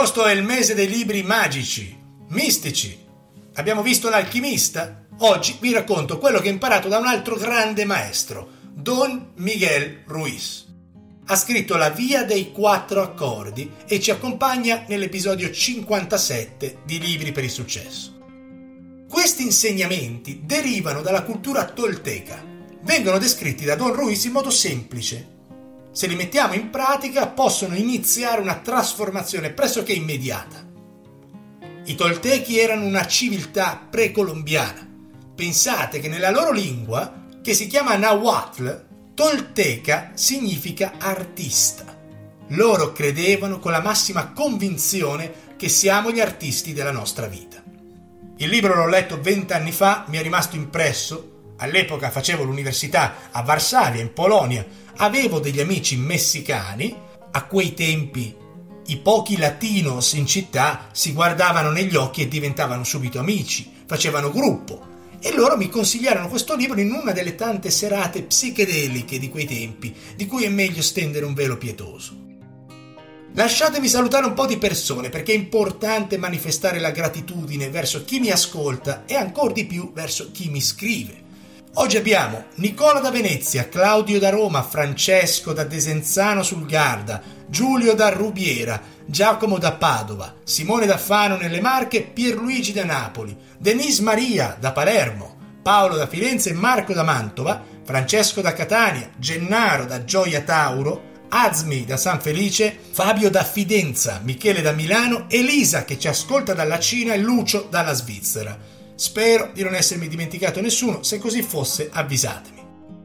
Agosto è il mese dei libri magici, mistici. Abbiamo visto L'Alchimista? Oggi vi racconto quello che ho imparato da un altro grande maestro, Don Miguel Ruiz. Ha scritto La Via dei Quattro Accordi e ci accompagna nell'episodio 57 di Libri per il Successo. Questi insegnamenti derivano dalla cultura tolteca. Vengono descritti da Don Ruiz in modo semplice. Se li mettiamo in pratica, possono iniziare una trasformazione pressoché immediata. I toltechi erano una civiltà precolombiana. Pensate che nella loro lingua, che si chiama Nahuatl, tolteca significa artista. Loro credevano con la massima convinzione che siamo gli artisti della nostra vita. Il libro l'ho letto 20 anni fa, mi è rimasto impresso. All'epoca facevo l'università a Varsavia, in Polonia. Avevo degli amici messicani. A quei tempi i pochi latinos in città si guardavano negli occhi e diventavano subito amici, facevano gruppo. E loro mi consigliarono questo libro in una delle tante serate psichedeliche di quei tempi, di cui è meglio stendere un velo pietoso. Lasciatemi salutare un po' di persone, perché è importante manifestare la gratitudine verso chi mi ascolta e ancor di più verso chi mi scrive. Oggi abbiamo Nicola da Venezia, Claudio da Roma, Francesco da Desenzano sul Garda, Giulio da Rubiera, Giacomo da Padova, Simone da Fano nelle Marche, Pierluigi da Napoli, Denise Maria da Palermo, Paolo da Firenze, Marco da Mantova, Francesco da Catania, Gennaro da Gioia Tauro, Azmi da San Felice, Fabio da Fidenza, Michele da Milano, Elisa che ci ascolta dalla Cina e Lucio dalla Svizzera. Spero di non essermi dimenticato nessuno, se così fosse avvisatemi.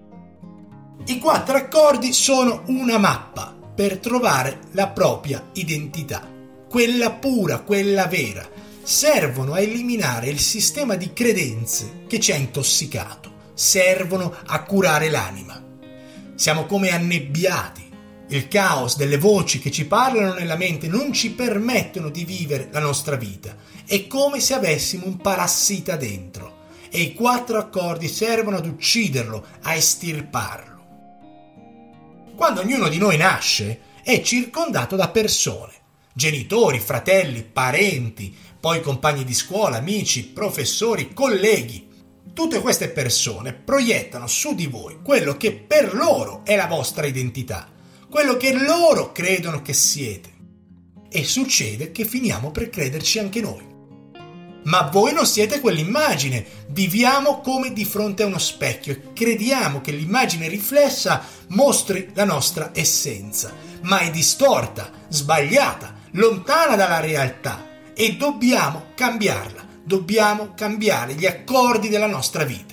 I quattro accordi sono una mappa per trovare la propria identità, quella pura, quella vera. Servono a eliminare il sistema di credenze che ci ha intossicato, servono a curare l'anima. Siamo come annebbiati. Il caos delle voci che ci parlano nella mente non ci permettono di vivere la nostra vita. È come se avessimo un parassita dentro e i quattro accordi servono ad ucciderlo, a estirparlo. Quando ognuno di noi nasce è circondato da persone, genitori, fratelli, parenti, poi compagni di scuola, amici, professori, colleghi. Tutte queste persone proiettano su di voi quello che per loro è la vostra identità, quello che loro credono che siete. E succede che finiamo per crederci anche noi. Ma voi non siete quell'immagine, viviamo come di fronte a uno specchio e crediamo che l'immagine riflessa mostri la nostra essenza, ma è distorta, sbagliata, lontana dalla realtà e dobbiamo cambiarla, dobbiamo cambiare gli accordi della nostra vita.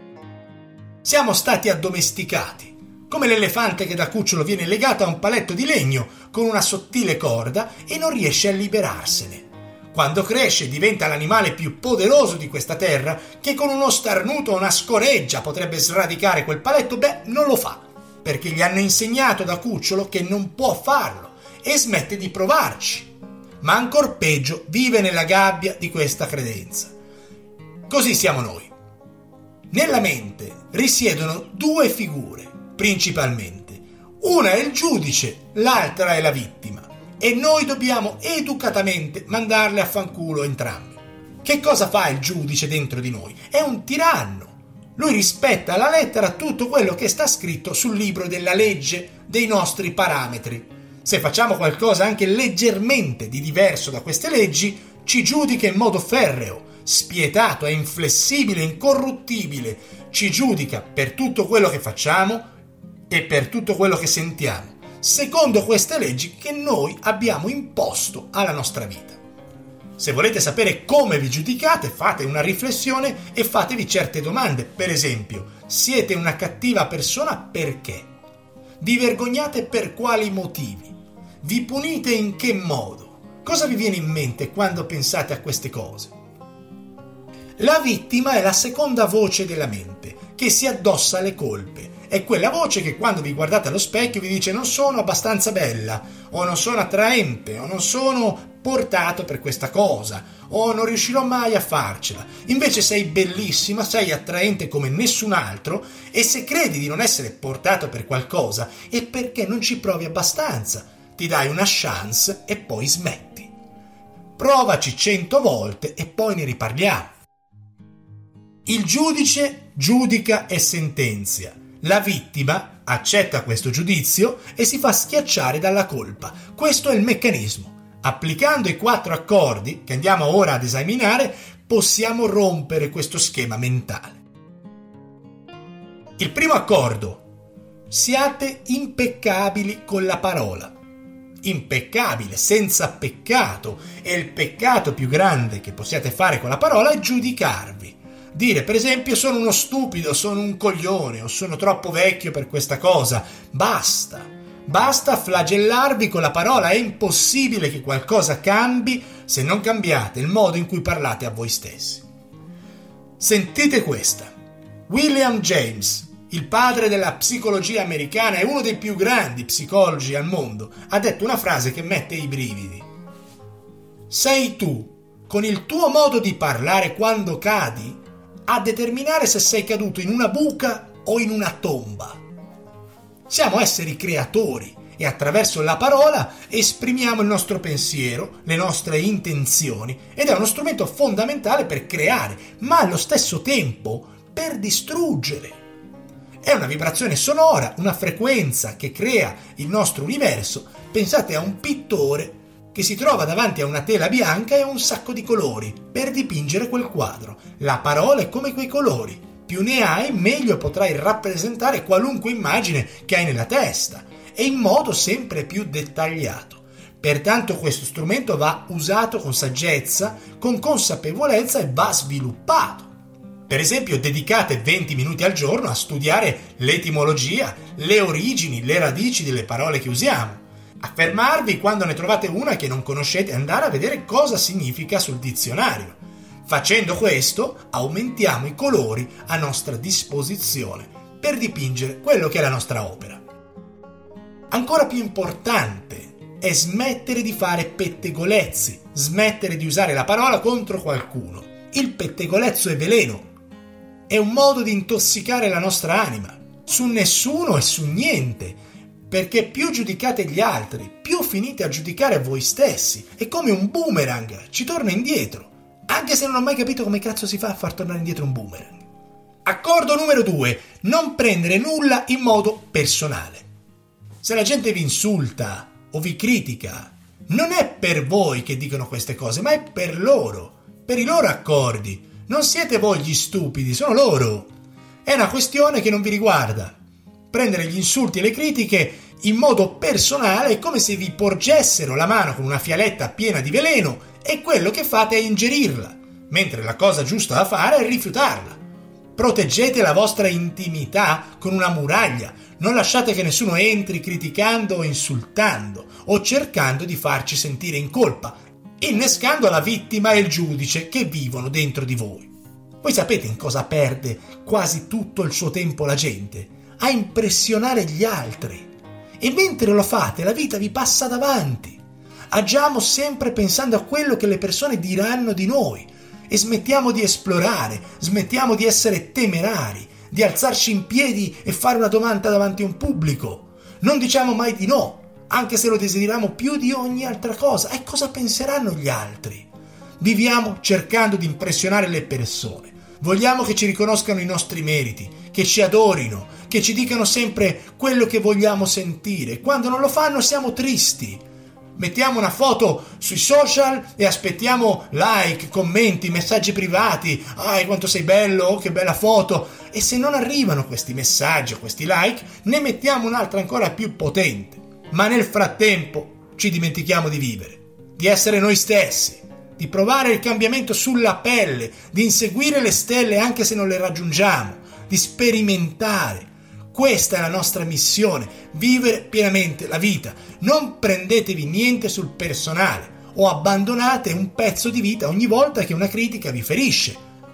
Siamo stati addomesticati, come l'elefante che da cucciolo viene legato a un paletto di legno con una sottile corda e non riesce a liberarsene. Quando cresce diventa l'animale più poderoso di questa terra che con uno starnuto o una scoreggia potrebbe sradicare quel paletto. Non lo fa, perché gli hanno insegnato da cucciolo che non può farlo e smette di provarci. Ma ancor peggio vive nella gabbia di questa credenza. Così siamo noi. Nella mente risiedono due figure, principalmente. Una è il giudice, l'altra è la vittima. E noi dobbiamo educatamente mandarle a fanculo entrambi. Che cosa fa il giudice dentro di noi? È un tiranno. Lui rispetta alla lettera tutto quello che sta scritto sul libro della legge dei nostri parametri. Se facciamo qualcosa anche leggermente di diverso da queste leggi, ci giudica in modo ferreo, spietato e inflessibile, incorruttibile. Ci giudica per tutto quello che facciamo e per tutto quello che sentiamo, secondo queste leggi che noi abbiamo imposto alla nostra vita. Se volete sapere come vi giudicate, fate una riflessione e fatevi certe domande. Per esempio, siete una cattiva persona perché? Vi vergognate per quali motivi? Vi punite in che modo? Cosa vi viene in mente quando pensate a queste cose? La vittima è la seconda voce della mente, che si addossa le colpe. È quella voce che quando vi guardate allo specchio vi dice: non sono abbastanza bella, o non sono attraente, o non sono portato per questa cosa, o non riuscirò mai a farcela. Invece sei bellissima, sei attraente come nessun altro, e se credi di non essere portato per qualcosa è perché non ci provi abbastanza. Ti dai una chance e poi smetti. provaci 100 volte e poi ne riparliamo. Il giudice giudica e sentenzia. La vittima accetta questo giudizio e si fa schiacciare dalla colpa. Questo è il meccanismo. Applicando i 4 accordi, che andiamo ora ad esaminare, possiamo rompere questo schema mentale. Il primo accordo: siate impeccabili con la parola. Impeccabile, senza peccato, e il peccato più grande che possiate fare con la parola è giudicarvi. Dire, per esempio, sono uno stupido, sono un coglione o sono troppo vecchio per questa cosa. Basta flagellarvi con la parola. È impossibile che qualcosa cambi se non cambiate il modo in cui parlate a voi stessi. Sentite questa. William James, il padre della psicologia americana e uno dei più grandi psicologi al mondo, ha detto una frase che mette i brividi. Sei tu, con il tuo modo di parlare quando cadi, a determinare se sei caduto in una buca o in una tomba. Siamo esseri creatori e attraverso la parola esprimiamo il nostro pensiero, le nostre intenzioni, ed è uno strumento fondamentale per creare, ma allo stesso tempo per distruggere. È una vibrazione sonora, una frequenza che crea il nostro universo. Pensate a un pittore che si trova davanti a una tela bianca e a un sacco di colori per dipingere quel quadro. La parola è come quei colori. Più ne hai, meglio potrai rappresentare qualunque immagine che hai nella testa e in modo sempre più dettagliato. Pertanto questo strumento va usato con saggezza, con consapevolezza e va sviluppato. Per esempio, dedicate 20 minuti al giorno a studiare l'etimologia, le origini, le radici delle parole che usiamo. A fermarvi quando ne trovate una che non conoscete e andare a vedere cosa significa sul dizionario. Facendo questo, aumentiamo i colori a nostra disposizione per dipingere quello che è la nostra opera. Ancora più importante è smettere di fare pettegolezzi, smettere di usare la parola contro qualcuno. Il pettegolezzo è veleno, è un modo di intossicare la nostra anima, su nessuno e su niente, perché più giudicate gli altri, più finite a giudicare voi stessi. È come un boomerang, ci torna indietro, anche se non ho mai capito come cazzo si fa a far tornare indietro un boomerang. Accordo numero 2, non prendere nulla in modo personale. Se la gente vi insulta o vi critica, non è per voi che dicono queste cose, ma è per loro, per i loro accordi. Non siete voi gli stupidi, sono loro. È una questione che non vi riguarda. Prendere gli insulti e le critiche in modo personale è come se vi porgessero la mano con una fialetta piena di veleno e quello che fate è ingerirla, mentre la cosa giusta da fare è rifiutarla. Proteggete la vostra intimità con una muraglia, non lasciate che nessuno entri criticando o insultando o cercando di farci sentire in colpa, innescando la vittima e il giudice che vivono dentro di voi. Voi sapete in cosa perde quasi tutto il suo tempo la gente? A impressionare gli altri. E mentre lo fate, la vita vi passa davanti. Agiamo sempre pensando a quello che le persone diranno di noi e smettiamo di esplorare, smettiamo di essere temerari, di alzarci in piedi e fare una domanda davanti a un pubblico. Non diciamo mai di no, anche se lo desideriamo più di ogni altra cosa. E cosa penseranno gli altri? Viviamo cercando di impressionare le persone. Vogliamo che ci riconoscano i nostri meriti, che ci adorino, che ci dicano sempre quello che vogliamo sentire. Quando non lo fanno siamo tristi. Mettiamo una foto sui social e aspettiamo like, commenti, messaggi privati. Quanto sei bello, oh, che bella foto. E se non arrivano questi messaggi o questi like, ne mettiamo un'altra ancora più potente. Ma nel frattempo ci dimentichiamo di vivere, di essere noi stessi, di provare il cambiamento sulla pelle, di inseguire le stelle anche se non le raggiungiamo, di sperimentare. Questa è la nostra missione, vivere pienamente la vita. Non prendetevi niente sul personale o abbandonate un pezzo di vita ogni volta che una critica vi ferisce.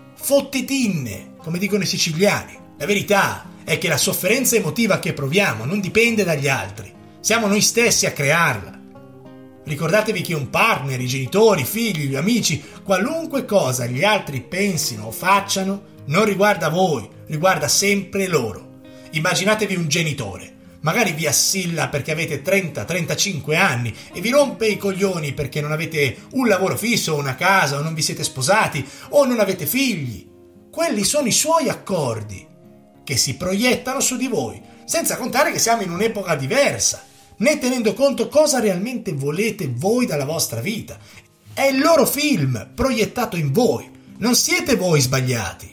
Fottitinne, come dicono i siciliani. La verità è che la sofferenza emotiva che proviamo non dipende dagli altri. Siamo noi stessi a crearla. Ricordatevi che un partner, i genitori, i figli, gli amici, qualunque cosa gli altri pensino o facciano, non riguarda voi, riguarda sempre loro. Immaginatevi un genitore. magari vi assilla perché avete 30-35 anni e vi rompe i coglioni perché non avete un lavoro fisso, una casa, o non vi siete sposati, o non avete figli. Quelli sono i suoi accordi che si proiettano su di voi, senza contare che siamo in un'epoca diversa, né tenendo conto cosa realmente volete voi dalla vostra vita. È il loro film proiettato in voi, non siete voi sbagliati.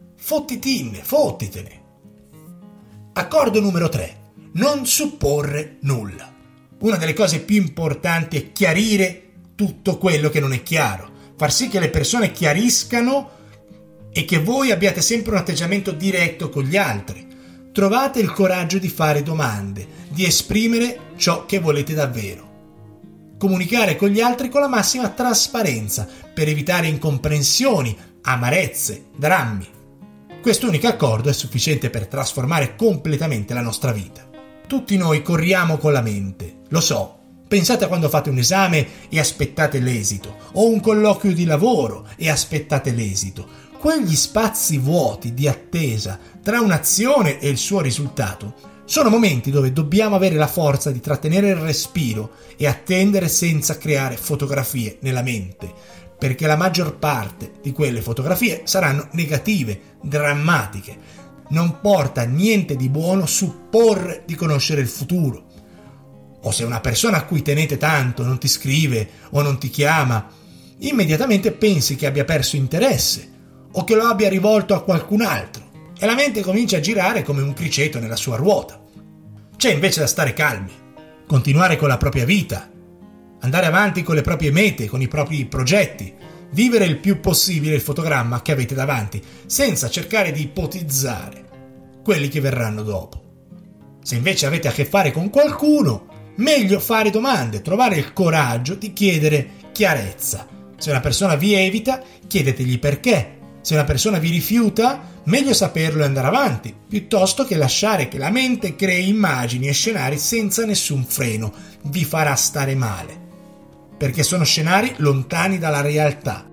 Fottitene. Accordo numero 3. Non supporre nulla. Una delle cose più importanti è chiarire tutto quello che non è chiaro, far sì che le persone chiariscano e che voi abbiate sempre un atteggiamento diretto con gli altri. Trovate il coraggio di fare domande, di esprimere ciò che volete davvero. Comunicare con gli altri con la massima trasparenza per evitare incomprensioni, amarezze, drammi. Questo unico accordo è sufficiente per trasformare completamente la nostra vita. Tutti noi corriamo con la mente, lo so. Pensate a quando fate un esame e aspettate l'esito, o un colloquio di lavoro e aspettate l'esito. Quegli spazi vuoti di attesa tra un'azione e il suo risultato sono momenti dove dobbiamo avere la forza di trattenere il respiro e attendere senza creare fotografie nella mente, perché la maggior parte di quelle fotografie saranno negative, drammatiche. Non porta niente di buono supporre di conoscere il futuro. O se una persona a cui tenete tanto non ti scrive o non ti chiama, immediatamente pensi che abbia perso interesse o che lo abbia rivolto a qualcun altro e la mente comincia a girare come un criceto nella sua ruota. C'è invece da stare calmi, continuare con la propria vita, andare avanti con le proprie mete, con i propri progetti, vivere il più possibile il fotogramma che avete davanti, senza cercare di ipotizzare quelli che verranno dopo. Se invece avete a che fare con qualcuno, meglio fare domande, trovare il coraggio di chiedere chiarezza. Se una persona vi evita, chiedetegli perché. Se una persona vi rifiuta, meglio saperlo e andare avanti, piuttosto che lasciare che la mente crei immagini e scenari senza nessun freno. Vi farà stare male, perché sono scenari lontani dalla realtà.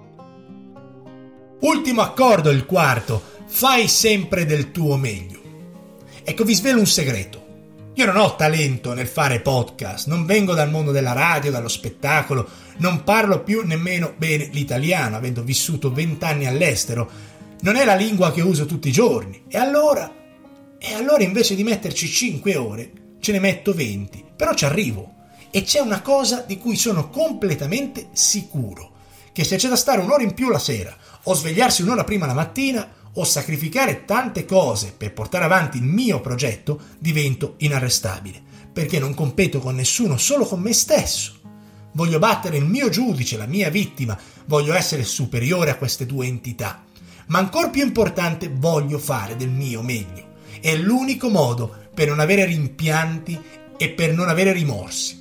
Ultimo accordo, il quarto: fai sempre del tuo meglio. Ecco, vi svelo un segreto. Io non ho talento nel fare podcast, non vengo dal mondo della radio, dallo spettacolo, non parlo più nemmeno bene l'italiano, avendo vissuto 20 anni all'estero. Non è la lingua che uso tutti i giorni. E allora invece di metterci 5 ore, ce ne metto 20. Però ci arrivo. E c'è una cosa di cui sono completamente sicuro, che se c'è da stare un'ora in più la sera, o svegliarsi un'ora prima la mattina, o sacrificare tante cose per portare avanti il mio progetto, divento inarrestabile, perché non competo con nessuno, solo con me stesso. Voglio battere il mio giudice, la mia vittima, voglio essere superiore a queste due entità. Ma ancor più importante, voglio fare del mio meglio. È l'unico modo per non avere rimpianti e per non avere rimorsi.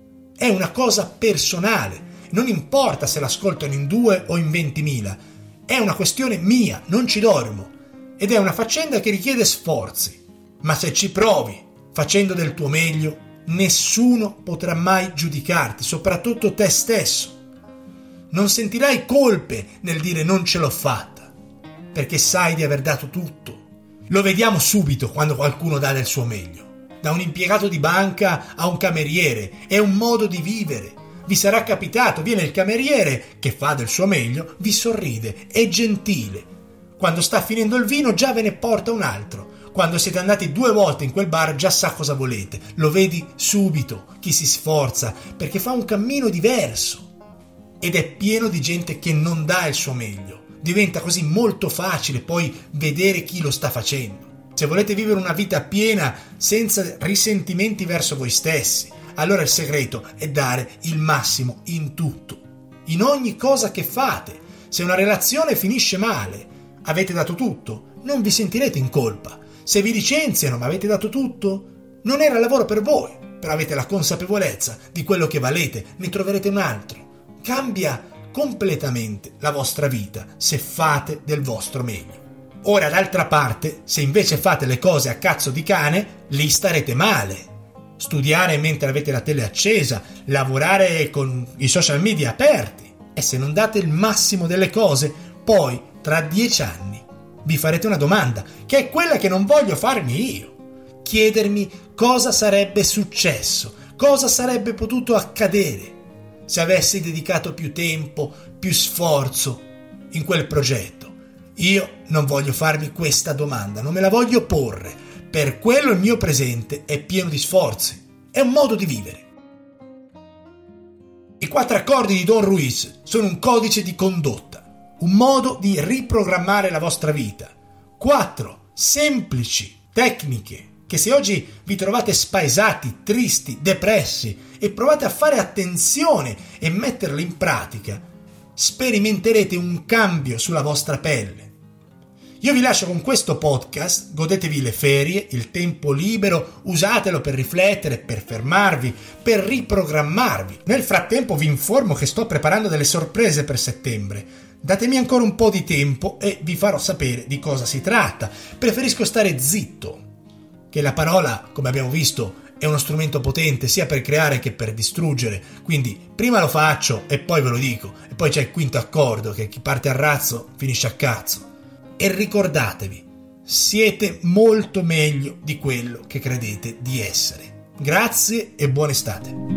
È una cosa personale, non importa se l'ascoltano in 2 o in 20.000, è una questione mia, non ci dormo, ed è una faccenda che richiede sforzi, ma se ci provi facendo del tuo meglio, nessuno potrà mai giudicarti, soprattutto te stesso. Non sentirai colpe nel dire non ce l'ho fatta, perché sai di aver dato tutto. Lo vediamo subito quando qualcuno dà del suo meglio. Da un impiegato di banca a un cameriere, è un modo di vivere. Vi sarà capitato, viene il cameriere che fa del suo meglio, vi sorride, è gentile. Quando sta finendo il vino già ve ne porta un altro. Quando siete andati 2 volte in quel bar già sa cosa volete. Lo vedi subito, chi si sforza, perché fa un cammino diverso. Ed è pieno di gente che non dà il suo meglio. Diventa così molto facile poi vedere chi lo sta facendo. Se volete vivere una vita piena senza risentimenti verso voi stessi, allora il segreto è dare il massimo in tutto, in ogni cosa che fate. Se una relazione finisce male, avete dato tutto, non vi sentirete in colpa. Se vi licenziano ma avete dato tutto, non era lavoro per voi, però avete la consapevolezza di quello che valete, ne troverete un altro. Cambia completamente la vostra vita se fate del vostro meglio. Ora, d'altra parte, se invece fate le cose a cazzo di cane, lì starete male. Studiare mentre avete la tele accesa, lavorare con i social media aperti, e se non date il massimo delle cose, poi tra 10 anni vi farete una domanda, che è quella che non voglio farmi io: chiedermi cosa sarebbe successo, cosa sarebbe potuto accadere se avessi dedicato più tempo, più sforzo in quel progetto. Io non voglio farmi questa domanda, non me la voglio porre. Per quello il mio presente è pieno di sforzi. È un modo di vivere. I 4 accordi di Don Ruiz sono un codice di condotta, un modo di riprogrammare la vostra vita. 4 semplici tecniche che se oggi vi trovate spaesati, tristi, depressi e provate a fare attenzione e metterle in pratica, sperimenterete un cambio sulla vostra pelle. Io vi lascio con questo podcast, godetevi le ferie, il tempo libero, usatelo per riflettere, per fermarvi, per riprogrammarvi. Nel frattempo vi informo che sto preparando delle sorprese per settembre. Datemi ancora un po' di tempo e vi farò sapere di cosa si tratta. Preferisco stare zitto, che la parola, come abbiamo visto, è uno strumento potente sia per creare che per distruggere, quindi prima lo faccio e poi ve lo dico, e poi c'è il quinto accordo che chi parte a razzo finisce a cazzo. E ricordatevi, siete molto meglio di quello che credete di essere. Grazie e buona estate.